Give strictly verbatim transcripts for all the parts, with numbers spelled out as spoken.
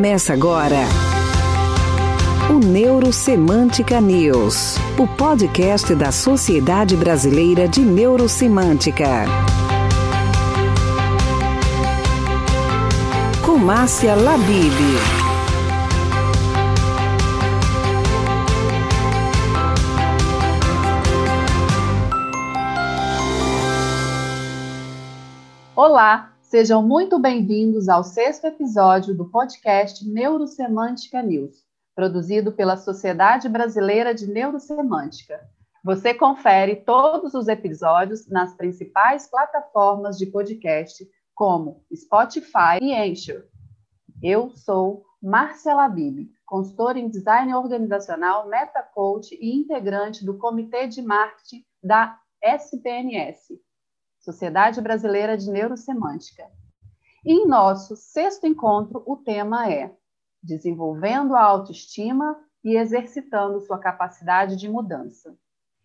Começa agora o Neurosemântica News, o podcast da Sociedade Brasileira de Neurosemântica. Com Márcia Labib. Olá! Sejam muito bem-vindos ao sexto episódio do podcast Neurosemântica News, produzido pela Sociedade Brasileira de Neurosemântica. Você confere todos os episódios nas principais plataformas de podcast, como Spotify e Anchor. Eu sou Márcia Labib, consultora em design organizacional, metacoach e integrante do Comitê de Marketing da S B N S. Sociedade Brasileira de Neurosemântica. E em nosso sexto encontro, o tema é Desenvolvendo a Autoestima e Exercitando Sua Capacidade de Mudança.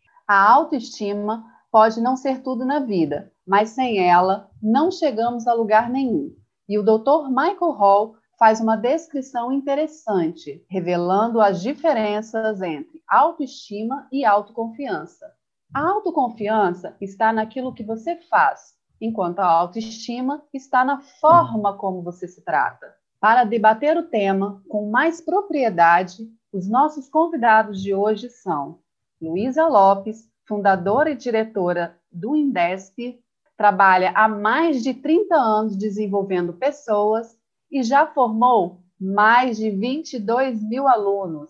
A autoestima pode não ser tudo na vida, mas sem ela não chegamos a lugar nenhum. E o doutor Michael Hall faz uma descrição interessante, revelando as diferenças entre autoestima e autoconfiança. A autoconfiança está naquilo que você faz, enquanto a autoestima está na forma como você se trata. Para debater o tema com mais propriedade, os nossos convidados de hoje são Luísa Lopes, fundadora e diretora do Indesp, trabalha há mais de trinta anos desenvolvendo pessoas e já formou mais de vinte e dois mil alunos.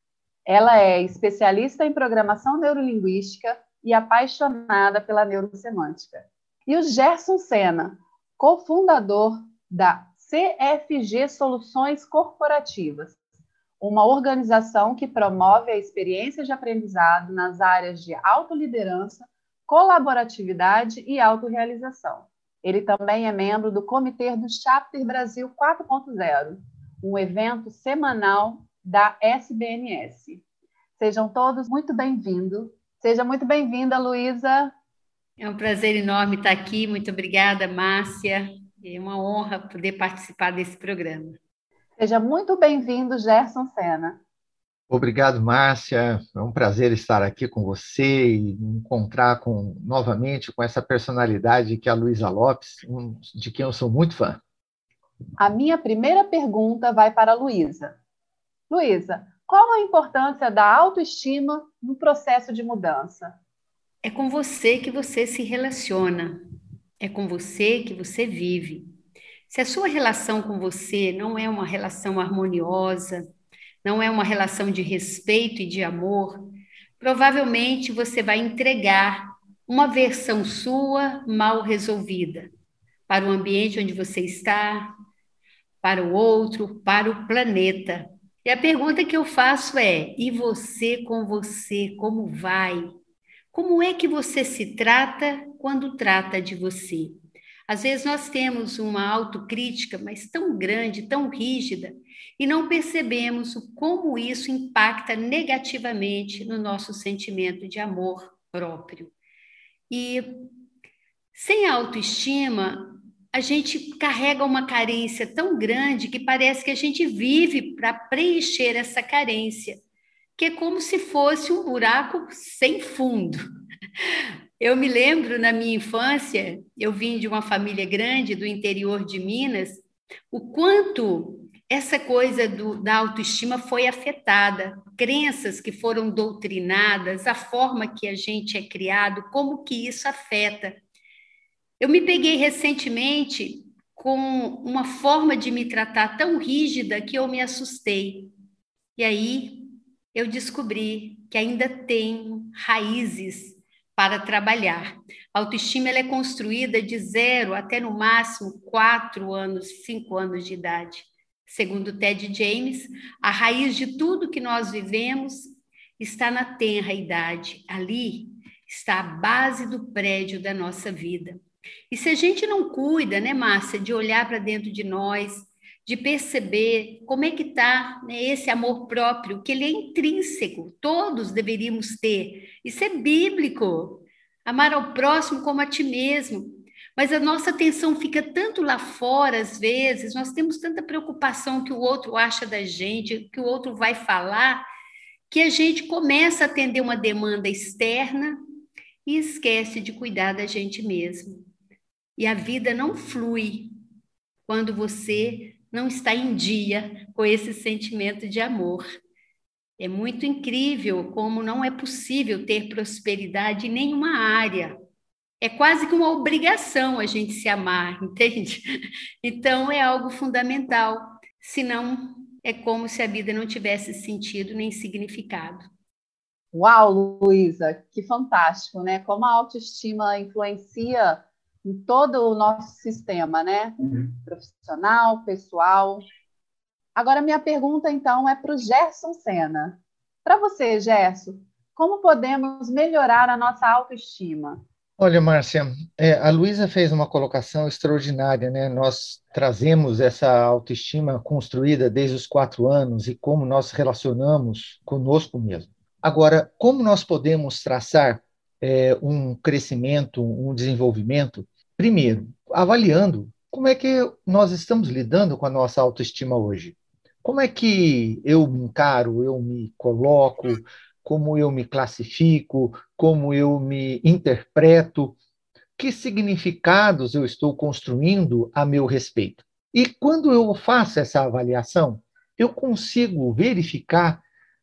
Ela é especialista em programação neurolinguística e apaixonada pela neurosemântica. E o Gerson Sena, cofundador da C F G Soluções Corporativas, uma organização que promove a experiência de aprendizado nas áreas de autoliderança, colaboratividade e autorrealização. Ele também é membro do Comitê do Chapter Brasil quatro ponto zero, um evento semanal da S B N S. Sejam todos muito bem-vindos. Seja muito bem-vinda, Luísa. É um prazer enorme estar aqui. Muito obrigada, Márcia. É uma honra poder participar desse programa. Seja muito bem-vindo, Gerson Sena. Obrigado, Márcia. É um prazer estar aqui com você e me encontrar com, novamente com essa personalidade que é a Luísa Lopes, de quem eu sou muito fã. A minha primeira pergunta vai para a Luísa. Luísa, qual a importância da autoestima no processo de mudança? É com você que você se relaciona. É com você que você vive. Se a sua relação com você não é uma relação harmoniosa, não é uma relação de respeito e de amor, provavelmente você vai entregar uma versão sua mal resolvida para o ambiente onde você está, para o outro, para o planeta. E a pergunta que eu faço é, e você com você, como vai? Como é que você se trata quando trata de você? Às vezes nós temos uma autocrítica, mas tão grande, tão rígida, e não percebemos o como isso impacta negativamente no nosso sentimento de amor próprio. E sem autoestima, a gente carrega uma carência tão grande que parece que a gente vive para preencher essa carência, que é como se fosse um buraco sem fundo. Eu me lembro, na minha infância, eu vim de uma família grande do interior de Minas, o quanto essa coisa do, da autoestima foi afetada, crenças que foram doutrinadas, a forma que a gente é criado, como que isso afeta. Eu me peguei recentemente com uma forma de me tratar tão rígida que eu me assustei. E aí eu descobri que ainda tenho raízes para trabalhar. A autoestima ela é construída de zero até no máximo quatro anos, cinco anos de idade. Segundo Ted James, a raiz de tudo que nós vivemos está na tenra idade. Ali está a base do prédio da nossa vida. E se a gente não cuida, né, Márcia, de olhar para dentro de nós, de perceber como é que está, né, esse amor próprio, que ele é intrínseco, todos deveríamos ter. Isso é bíblico. Amar ao próximo como a ti mesmo. Mas a nossa atenção fica tanto lá fora, às vezes, nós temos tanta preocupação que o outro acha da gente, que o outro vai falar, que a gente começa a atender uma demanda externa e esquece de cuidar da gente mesmo. E a vida não flui quando você não está em dia com esse sentimento de amor. É muito incrível como não é possível ter prosperidade em nenhuma área. É quase que uma obrigação a gente se amar, entende? Então é algo fundamental. Senão é como se a vida não tivesse sentido nem significado. Uau, Luísa, que fantástico, né? Como a autoestima influencia em todo o nosso sistema, né? Uhum. Profissional, pessoal. Agora, minha pergunta, então, é para o Gerson Sena. Para você, Gerson, como podemos melhorar a nossa autoestima? Olha, Márcia, é, a Luísa fez uma colocação extraordinária, né? Nós trazemos essa autoestima construída desde os quatro anos e como nós relacionamos conosco mesmo. Agora, como nós podemos traçar é, um crescimento, um desenvolvimento? Primeiro, avaliando como é que nós estamos lidando com a nossa autoestima hoje. Como é que eu me encaro, eu me coloco, como eu me classifico, como eu me interpreto, que significados eu estou construindo a meu respeito. E quando eu faço essa avaliação, eu consigo verificar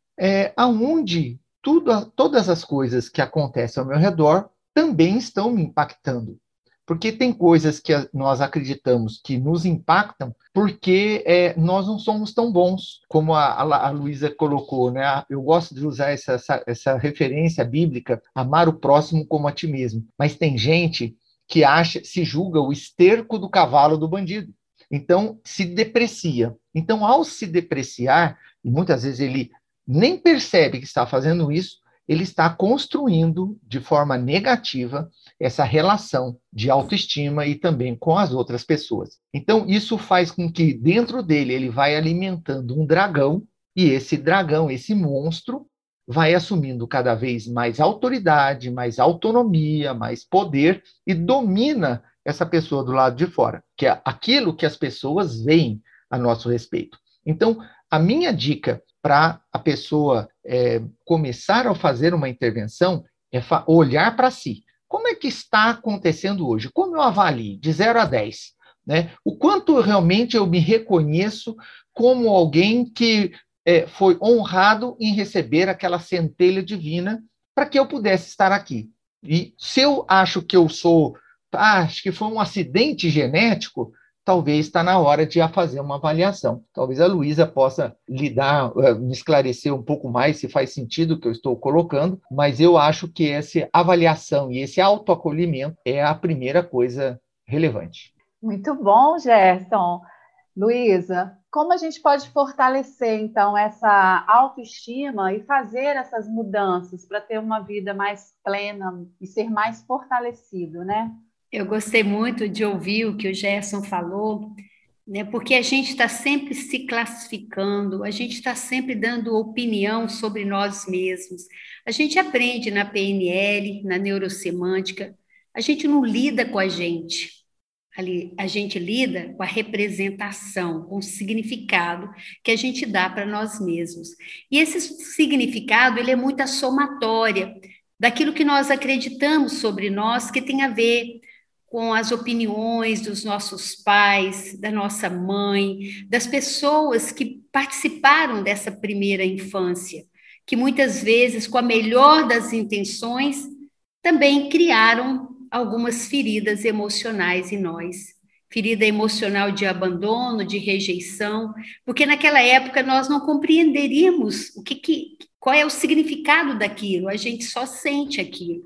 é, aonde tudo, todas as coisas que acontecem ao meu redor também estão me impactando. Porque tem coisas que nós acreditamos que nos impactam porque é, nós não somos tão bons, como a, a, a Luísa colocou, né? Eu gosto de usar essa, essa, essa referência bíblica, amar o próximo como a ti mesmo. Mas tem gente que acha, se julga o esterco do cavalo do bandido. Então, se deprecia. Então, ao se depreciar, e muitas vezes ele nem percebe que está fazendo isso, ele está construindo de forma negativa essa relação de autoestima e também com as outras pessoas. Então, isso faz com que dentro dele ele vai alimentando um dragão, e esse dragão, esse monstro, vai assumindo cada vez mais autoridade, mais autonomia, mais poder e domina essa pessoa do lado de fora, que é aquilo que as pessoas veem a nosso respeito. Então, a minha dica para a pessoa é, começar a fazer uma intervenção é olhar para si. Como é que está acontecendo hoje? Como eu avalio de zero a dez? Né? O quanto realmente eu me reconheço como alguém que é, foi honrado em receber aquela centelha divina para que eu pudesse estar aqui. E se eu acho que eu sou, ah, acho que foi um acidente genético, talvez está na hora de fazer uma avaliação. Talvez a Luísa possa lhe dar, me esclarecer um pouco mais se faz sentido o que eu estou colocando, mas eu acho que essa avaliação e esse autoacolhimento é a primeira coisa relevante. Muito bom, Gerson. Luísa, como a gente pode fortalecer, então, essa autoestima e fazer essas mudanças para ter uma vida mais plena e ser mais fortalecido, né? Eu gostei muito de ouvir o que o Gerson falou, né? Porque a gente está sempre se classificando, a gente está sempre dando opinião sobre nós mesmos. A gente aprende na P N L, na neurosemântica, a gente não lida com a gente. Ali, a gente lida com a representação, com o significado que a gente dá para nós mesmos. E esse significado ele é muito a somatória daquilo que nós acreditamos sobre nós, que tem a ver com as opiniões dos nossos pais, da nossa mãe, das pessoas que participaram dessa primeira infância, que muitas vezes, com a melhor das intenções, também criaram algumas feridas emocionais em nós. Ferida emocional de abandono, de rejeição, porque naquela época nós não compreenderíamos o que, que, qual é o significado daquilo, a gente só sente aquilo.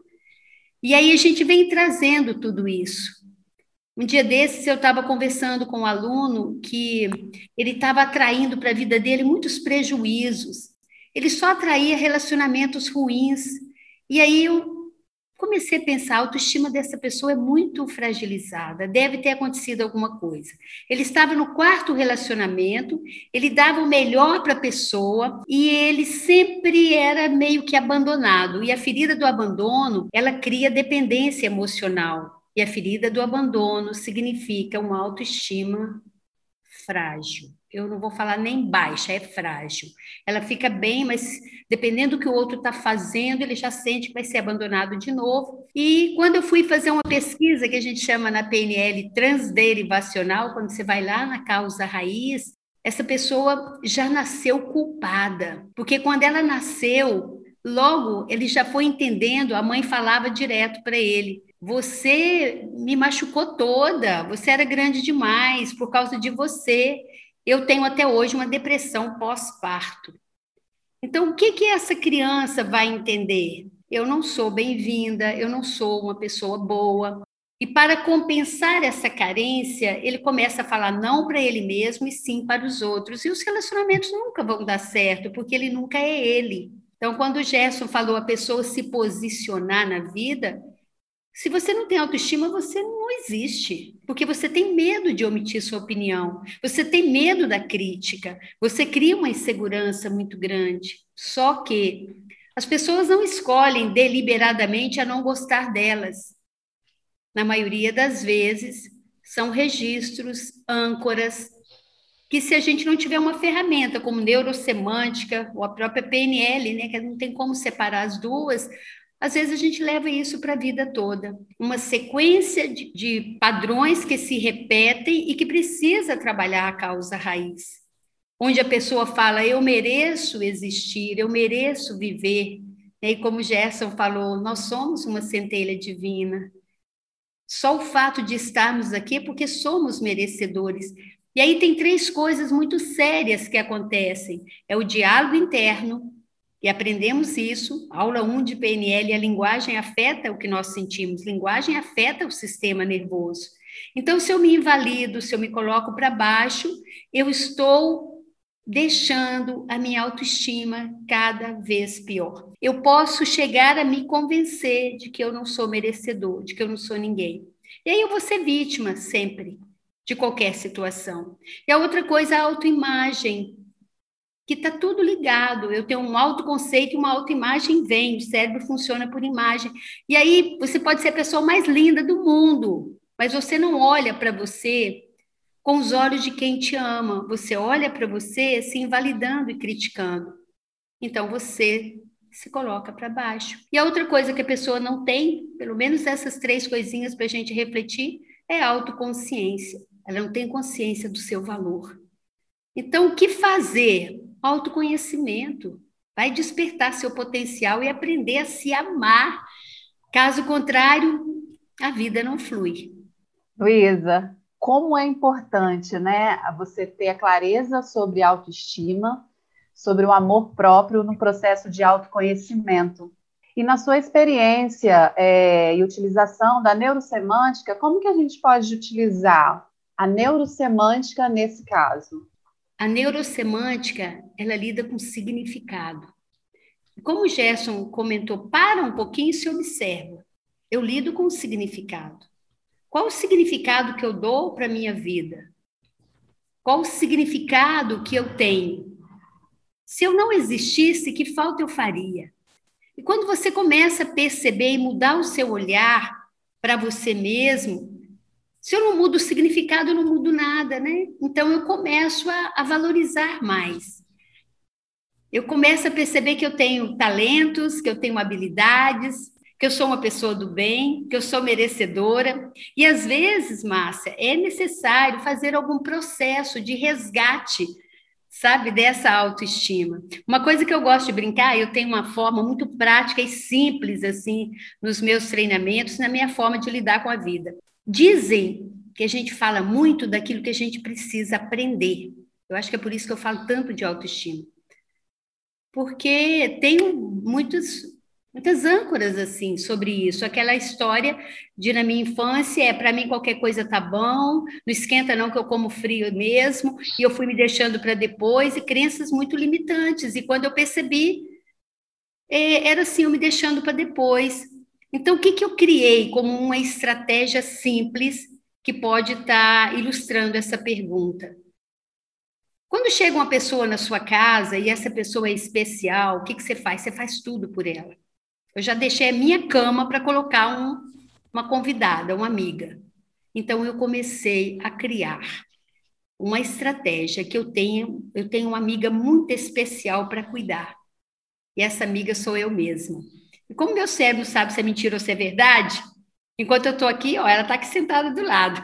E aí a gente vem trazendo tudo isso. Um dia desses eu estava conversando com um aluno que ele estava atraindo para a vida dele muitos prejuízos. Ele só atraía relacionamentos ruins. E aí eu comecei a pensar, a autoestima dessa pessoa é muito fragilizada, deve ter acontecido alguma coisa. Ele estava no quarto relacionamento, ele dava o melhor para a pessoa e ele sempre era meio que abandonado. E a ferida do abandono, ela cria dependência emocional. E a ferida do abandono significa uma autoestima frágil. Eu não vou falar nem baixa, é frágil. Ela fica bem, mas dependendo do que o outro está fazendo, ele já sente que vai ser abandonado de novo. E quando eu fui fazer uma pesquisa que a gente chama na P N L transderivacional, quando você vai lá na causa raiz, essa pessoa já nasceu culpada, porque quando ela nasceu, logo ele já foi entendendo, a mãe falava direto para ele: você me machucou toda, você era grande demais, por causa de você, eu tenho até hoje uma depressão pós-parto. Então, o que que essa criança vai entender? Eu não sou bem-vinda, eu não sou uma pessoa boa. E para compensar essa carência, ele começa a falar não para ele mesmo e sim para os outros. E os relacionamentos nunca vão dar certo, porque ele nunca é ele. Então, quando o Gerson falou a pessoa se posicionar na vida, se você não tem autoestima, você não existe, porque você tem medo de omitir sua opinião, você tem medo da crítica, você cria uma insegurança muito grande. Só que as pessoas não escolhem deliberadamente a não gostar delas. Na maioria das vezes, são registros, âncoras, que se a gente não tiver uma ferramenta como neurosemântica ou a própria P N L, né, que não tem como separar as duas, às vezes a gente leva isso para a vida toda. Uma sequência de, de padrões que se repetem e que precisa trabalhar a causa raiz. Onde a pessoa fala, eu mereço existir, eu mereço viver. E como Gerson falou, nós somos uma centelha divina. Só o fato de estarmos aqui é porque somos merecedores. E aí tem três coisas muito sérias que acontecem. É o diálogo interno, e aprendemos isso, aula um de P N L, a linguagem afeta o que nós sentimos, linguagem afeta o sistema nervoso. Então, se eu me invalido, se eu me coloco para baixo, eu estou deixando a minha autoestima cada vez pior. Eu posso chegar a me convencer de que eu não sou merecedor, de que eu não sou ninguém. E aí eu vou ser vítima sempre de qualquer situação. E a outra coisa, a autoimagem, que está tudo ligado. Eu tenho um autoconceito e uma autoimagem vem, o cérebro funciona por imagem. E aí você pode ser a pessoa mais linda do mundo, mas você não olha para você com os olhos de quem te ama. Você olha para você se invalidando e criticando. Então você se coloca para baixo. E a outra coisa que a pessoa não tem, pelo menos essas três coisinhas para a gente refletir, é a autoconsciência. Ela não tem consciência do seu valor. Então, o que fazer? Autoconhecimento. Vai despertar seu potencial e aprender a se amar. Caso contrário, a vida não flui. Luísa, como é importante, né, você ter a clareza sobre a autoestima, sobre o amor próprio no processo de autoconhecimento. E na sua experiência é, e utilização da neurosemântica, como que a gente pode utilizar a neurosemântica nesse caso? A neurosemântica, ela lida com significado. Como o Gerson comentou, para um pouquinho e se observa. Eu lido com significado. Qual o significado que eu dou para a minha vida? Qual o significado que eu tenho? Se eu não existisse, que falta eu faria? E quando você começa a perceber e mudar o seu olhar para você mesmo, se eu não mudo o significado, eu não mudo nada, né? Então, eu começo a, a valorizar mais. Eu começo a perceber que eu tenho talentos, que eu tenho habilidades, que eu sou uma pessoa do bem, que eu sou merecedora. E, às vezes, Márcia, é necessário fazer algum processo de resgate, sabe, dessa autoestima. Uma coisa que eu gosto de brincar, eu tenho uma forma muito prática e simples, assim, nos meus treinamentos, na minha forma de lidar com a vida. Dizem que a gente fala muito daquilo que a gente precisa aprender. Eu acho que é por isso que eu falo tanto de autoestima. Porque tenho muitos, muitas âncoras assim sobre isso. Aquela história de na minha infância, é para mim qualquer coisa tá bom, não esquenta não que eu como frio mesmo, e eu fui me deixando para depois, e crenças muito limitantes. E quando eu percebi, era assim, eu me deixando para depois. Então, o que, que eu criei como uma estratégia simples que pode estar ilustrando essa pergunta? Quando chega uma pessoa na sua casa e essa pessoa é especial, o que, que você faz? Você faz tudo por ela. Eu já deixei a minha cama para colocar um, uma convidada, uma amiga. Então, eu comecei a criar uma estratégia que eu tenho, eu tenho uma amiga muito especial para cuidar. E essa amiga sou eu mesma. E como meu cérebro sabe se é mentira ou se é verdade, enquanto eu estou aqui, ó, ela está aqui sentada do lado.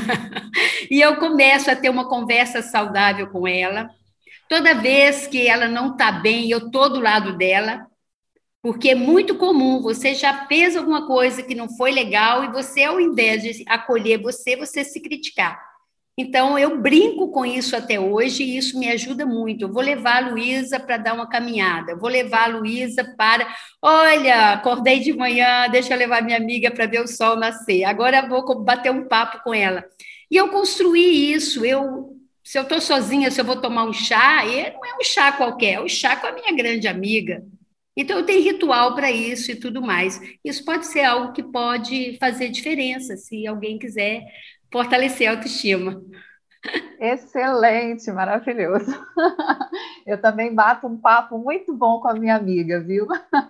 E eu começo a ter uma conversa saudável com ela. Toda vez que ela não está bem, eu estou do lado dela, porque é muito comum, você já fez alguma coisa que não foi legal e você, ao invés de acolher você, você se criticar. Então, eu brinco com isso até hoje e isso me ajuda muito. Eu vou levar a Luísa para dar uma caminhada, eu vou levar a Luísa para... Olha, acordei de manhã, deixa eu levar minha amiga para ver o sol nascer. Agora eu vou bater um papo com ela. E eu construí isso. Eu, se eu estou sozinha, se eu vou tomar um chá, e não é um chá qualquer, é um chá com a minha grande amiga. Então, eu tenho ritual para isso e tudo mais. Isso pode ser algo que pode fazer diferença, se alguém quiser fortalecer a autoestima. Excelente, maravilhoso. Eu também bato um papo muito bom com a minha amiga, viu?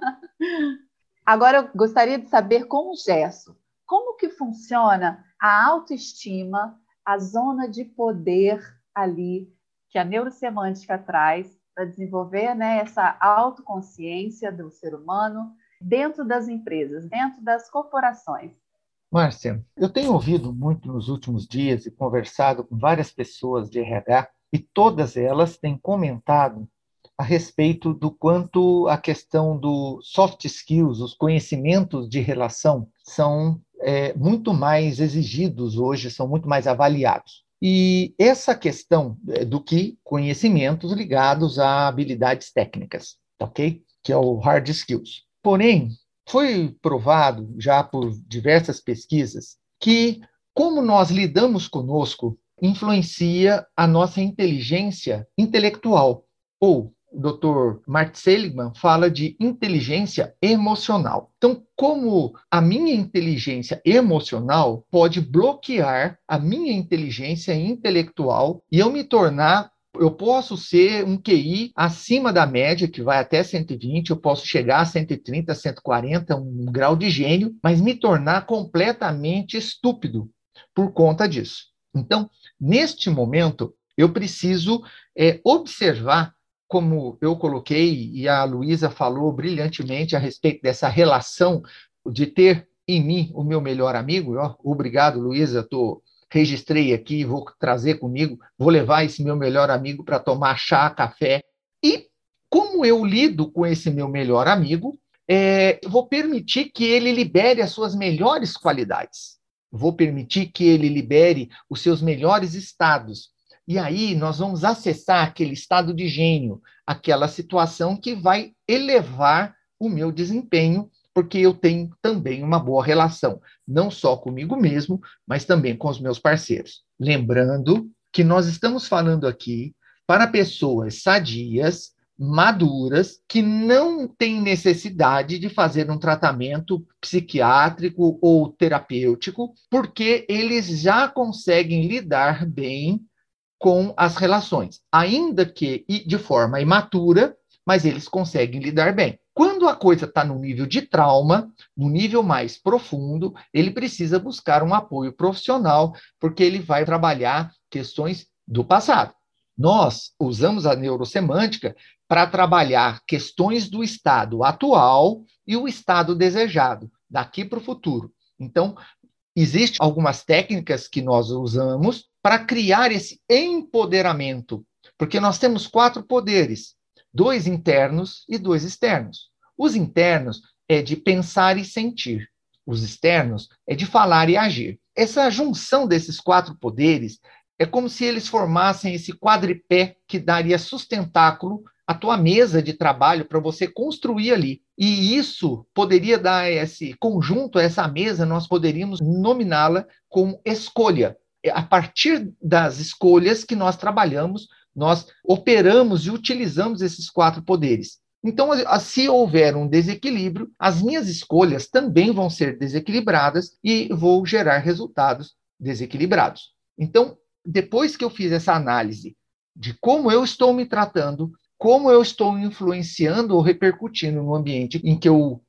Agora eu gostaria de saber com o Gerson, como que funciona a autoestima, a zona de poder ali que a neurosemântica traz para desenvolver, né, essa autoconsciência do ser humano dentro das empresas, dentro das corporações. Márcia, eu tenho ouvido muito nos últimos dias e conversado com várias pessoas de R H e todas elas têm comentado a respeito do quanto a questão do soft skills, os conhecimentos de relação, são é, muito mais exigidos hoje, são muito mais avaliados. E essa questão é, do que conhecimentos ligados a habilidades técnicas, ok? Que é o hard skills. Porém, foi provado já por diversas pesquisas que como nós lidamos conosco influencia a nossa inteligência intelectual. Ou o doutor Mart Seligman fala de inteligência emocional. Então, como a minha inteligência emocional pode bloquear a minha inteligência intelectual e eu me tornar eu posso ser um Q I acima da média, que vai até cento e vinte, eu posso chegar a cento e trinta, cento e quarenta, um grau de gênio, mas me tornar completamente estúpido por conta disso. Então, neste momento, eu preciso é, observar, como eu coloquei, e a Luísa falou brilhantemente a respeito dessa relação de ter em mim o meu melhor amigo. Ó, obrigado, Luísa, estou... registrei aqui, vou trazer comigo, vou levar esse meu melhor amigo para tomar chá, café. E como eu lido com esse meu melhor amigo, é, vou permitir que ele libere as suas melhores qualidades. Vou permitir que ele libere os seus melhores estados. E aí nós vamos acessar aquele estado de gênio, aquela situação que vai elevar o meu desempenho, porque eu tenho também uma boa relação, não só comigo mesmo, mas também com os meus parceiros. Lembrando que nós estamos falando aqui para pessoas sadias, maduras, que não têm necessidade de fazer um tratamento psiquiátrico ou terapêutico, porque eles já conseguem lidar bem com as relações, ainda que de forma imatura, mas eles conseguem lidar bem. Quando a coisa está no nível de trauma, no nível mais profundo, ele precisa buscar um apoio profissional, porque ele vai trabalhar questões do passado. Nós usamos a neurosemântica para trabalhar questões do estado atual e o estado desejado, daqui para o futuro. Então, existem algumas técnicas que nós usamos para criar esse empoderamento, porque nós temos quatro poderes, dois internos e dois externos. Os internos é de pensar e sentir. Os externos é de falar e agir. Essa junção desses quatro poderes é como se eles formassem esse quadripé que daria sustentáculo à tua mesa de trabalho para você construir ali. E isso poderia dar esse conjunto, essa mesa, nós poderíamos nominá-la como escolha. A partir das escolhas que nós trabalhamos, nós operamos e utilizamos esses quatro poderes. Então, se houver um desequilíbrio, as minhas escolhas também vão ser desequilibradas e vou gerar resultados desequilibrados. Então, depois que eu fiz essa análise de como eu estou me tratando, como eu estou influenciando ou repercutindo no ambiente em que eu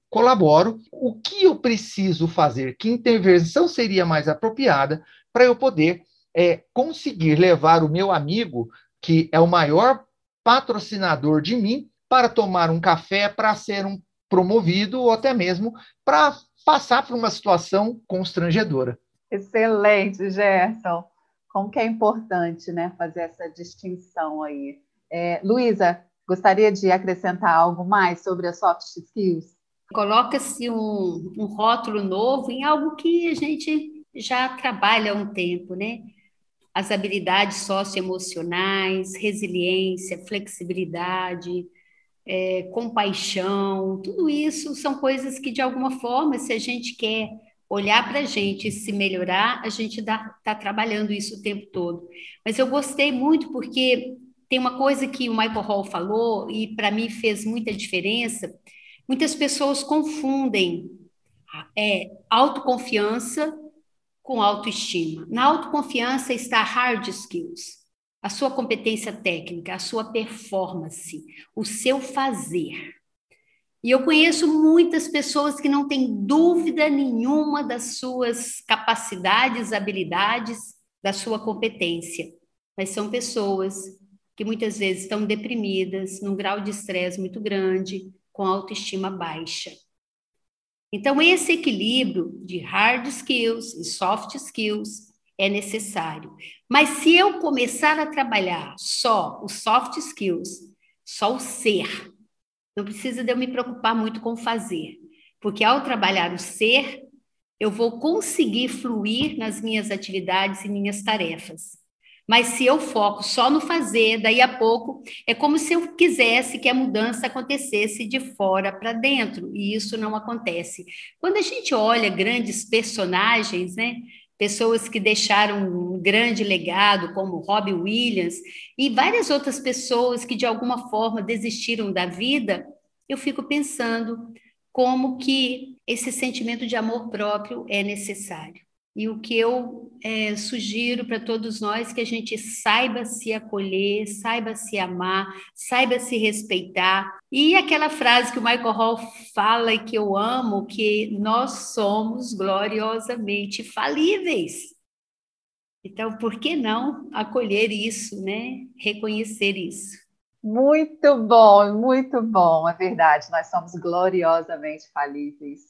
colaboro, o que eu preciso fazer, que intervenção seria mais apropriada para eu poder é, conseguir levar o meu amigo, que é o maior patrocinador de mim, para tomar um café, para ser um promovido ou até mesmo para passar por uma situação constrangedora. Excelente, Gerson. Como que é importante, né, fazer essa distinção aí. É, Luísa, gostaria de acrescentar algo mais sobre as soft skills? Coloca-se um, um rótulo novo em algo que a gente já trabalha há um tempo, né? As habilidades socioemocionais, resiliência, flexibilidade, é, compaixão, tudo isso são coisas que, de alguma forma, se a gente quer olhar para a gente e se melhorar, a gente está trabalhando isso o tempo todo. Mas eu gostei muito porque tem uma coisa que o Michael Hall falou e, para mim, fez muita diferença. Muitas pessoas confundem é, autoconfiança com autoestima. Na autoconfiança está hard skills, a sua competência técnica, a sua performance, o seu fazer. E eu conheço muitas pessoas que não têm dúvida nenhuma das suas capacidades, habilidades, da sua competência, mas são pessoas que muitas vezes estão deprimidas, num grau de estresse muito grande, com autoestima baixa. Então, esse equilíbrio de hard skills e soft skills é necessário. Mas se eu começar a trabalhar só os soft skills, só o ser, não precisa de eu me preocupar muito com o fazer, porque ao trabalhar o ser, eu vou conseguir fluir nas minhas atividades e minhas tarefas. Mas se eu foco só no fazer, daí a pouco, é como se eu quisesse que a mudança acontecesse de fora para dentro, e isso não acontece. Quando a gente olha grandes personagens, né, pessoas que deixaram um grande legado, como Robin Williams, e várias outras pessoas que de alguma forma desistiram da vida, eu fico pensando como que esse sentimento de amor próprio é necessário. E o que eu é, sugiro para todos nós é que a gente saiba se acolher, saiba se amar, saiba se respeitar. E aquela frase que o Michael Hall fala e que eu amo, que nós somos gloriosamente falíveis. Então, por que não acolher isso, né? Reconhecer isso? Muito bom, muito bom. É verdade, nós somos gloriosamente falíveis.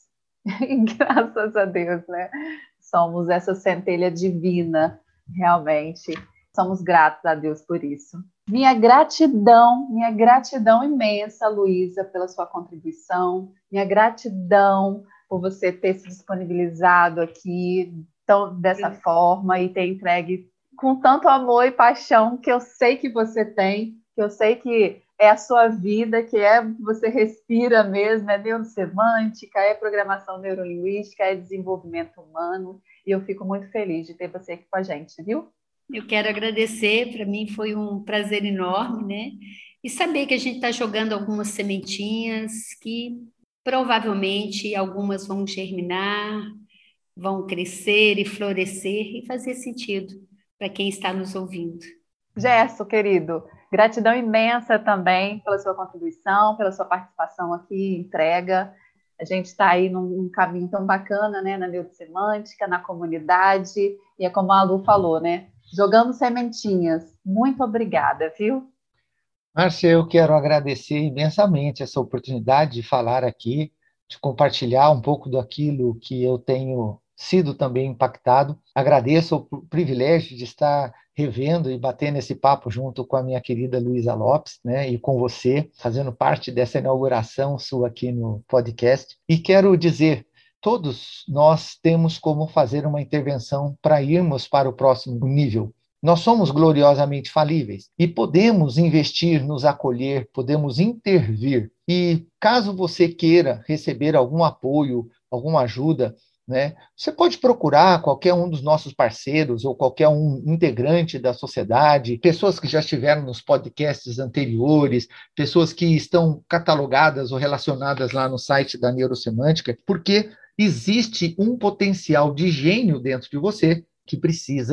Graças a Deus, né? Somos essa centelha divina, realmente. Somos gratos a Deus por isso. Minha gratidão, minha gratidão imensa, Luísa, pela sua contribuição. Minha gratidão por você ter se disponibilizado aqui tão, dessa Sim. forma e ter entregue com tanto amor e paixão que eu sei que você tem, que eu sei que é a sua vida, que é você respira mesmo, é neurosemântica, é programação neurolinguística, é desenvolvimento humano, e eu fico muito feliz de ter você aqui com a gente, viu? Eu quero agradecer, para mim foi um prazer enorme, né? E saber que a gente está jogando algumas sementinhas que provavelmente algumas vão germinar, vão crescer e florescer e fazer sentido para quem está nos ouvindo. Gerson, querido, gratidão imensa também pela sua contribuição, pela sua participação aqui, entrega. A gente está aí num, num caminho tão bacana, né, na neurosemântica, na comunidade, e é como a Lu falou, né, jogando sementinhas. Muito obrigada, viu? Márcia, eu quero agradecer imensamente essa oportunidade de falar aqui, de compartilhar um pouco daquilo que eu tenho sido também impactado. Agradeço o privilégio de estar revendo e batendo esse papo junto com a minha querida Luísa Lopes, né, e com você, fazendo parte dessa inauguração sua aqui no podcast. E quero dizer, todos nós temos como fazer uma intervenção para irmos para o próximo nível. Nós somos gloriosamente falíveis e podemos investir, nos acolher, podemos intervir. E caso você queira receber algum apoio, alguma ajuda, né, você pode procurar qualquer um dos nossos parceiros ou qualquer um integrante da sociedade, pessoas que já estiveram nos podcasts anteriores, pessoas que estão catalogadas ou relacionadas lá no site da Neurosemântica, porque existe um potencial de gênio dentro de você que precisa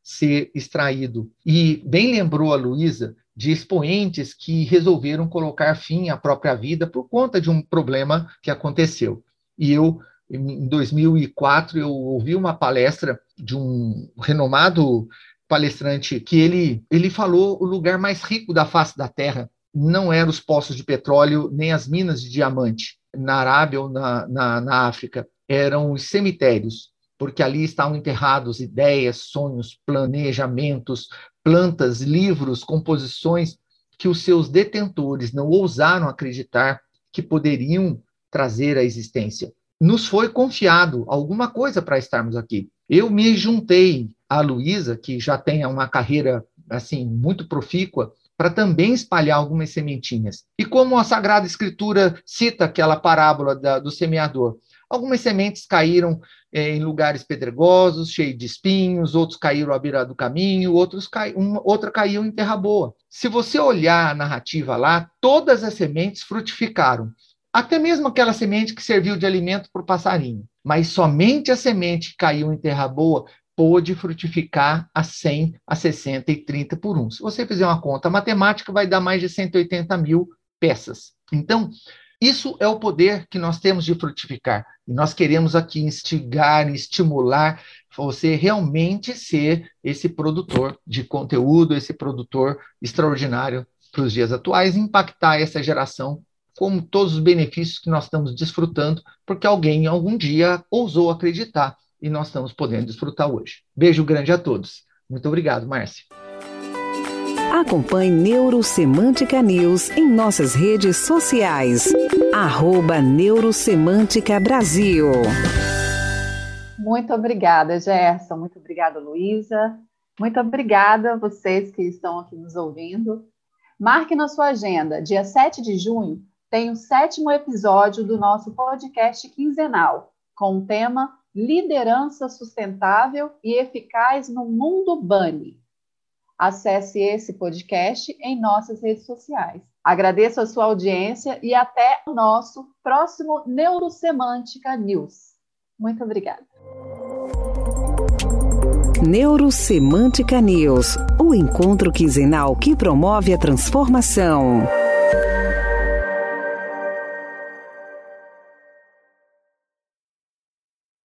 ser extraído. E bem lembrou a Luísa de expoentes que resolveram colocar fim à própria vida por conta de um problema que aconteceu. E eu, em dois mil e quatro, eu ouvi uma palestra de um renomado palestrante que ele, ele falou o lugar mais rico da face da Terra não eram os poços de petróleo nem as minas de diamante na Arábia ou na, na, na África, eram os cemitérios, porque ali estavam enterrados ideias, sonhos, planejamentos, plantas, livros, composições que os seus detentores não ousaram acreditar que poderiam trazer à existência. Nos foi confiado alguma coisa para estarmos aqui. Eu me juntei à Luísa, que já tem uma carreira assim muito profícua, para também espalhar algumas sementinhas. E como a Sagrada Escritura cita aquela parábola da, do semeador, algumas sementes caíram eh, em lugares pedregosos, cheios de espinhos, outros caíram à beira do caminho, outros cai, uma, outra caiu em terra boa. Se você olhar a narrativa lá, todas as sementes frutificaram. Até mesmo aquela semente que serviu de alimento para o passarinho. Mas somente a semente que caiu em terra boa pôde frutificar a cem, a sessenta e trinta por um. Se você fizer uma conta matemática, vai dar mais de cento e oitenta mil peças. Então, isso é o poder que nós temos de frutificar. E nós queremos aqui instigar, estimular você realmente ser esse produtor de conteúdo, esse produtor extraordinário para os dias atuais, e impactar essa geração como todos os benefícios que nós estamos desfrutando, porque alguém algum dia ousou acreditar e nós estamos podendo desfrutar hoje. Beijo grande a todos. Muito obrigado, Márcia. Acompanhe Neurosemântica News em nossas redes sociais. Arroba Neurosemântica Brasil. Muito obrigada, Gerson. Muito obrigada, Luísa. Muito obrigada a vocês que estão aqui nos ouvindo. Marque na sua agenda, dia sete de junho, tem o sétimo episódio do nosso podcast quinzenal, com o tema Liderança Sustentável e Eficaz no Mundo Bunny. Acesse esse podcast em nossas redes sociais. Agradeço a sua audiência e até o nosso próximo Neurosemântica News. Muito obrigada. Neurosemântica News, o encontro quinzenal que promove a transformação.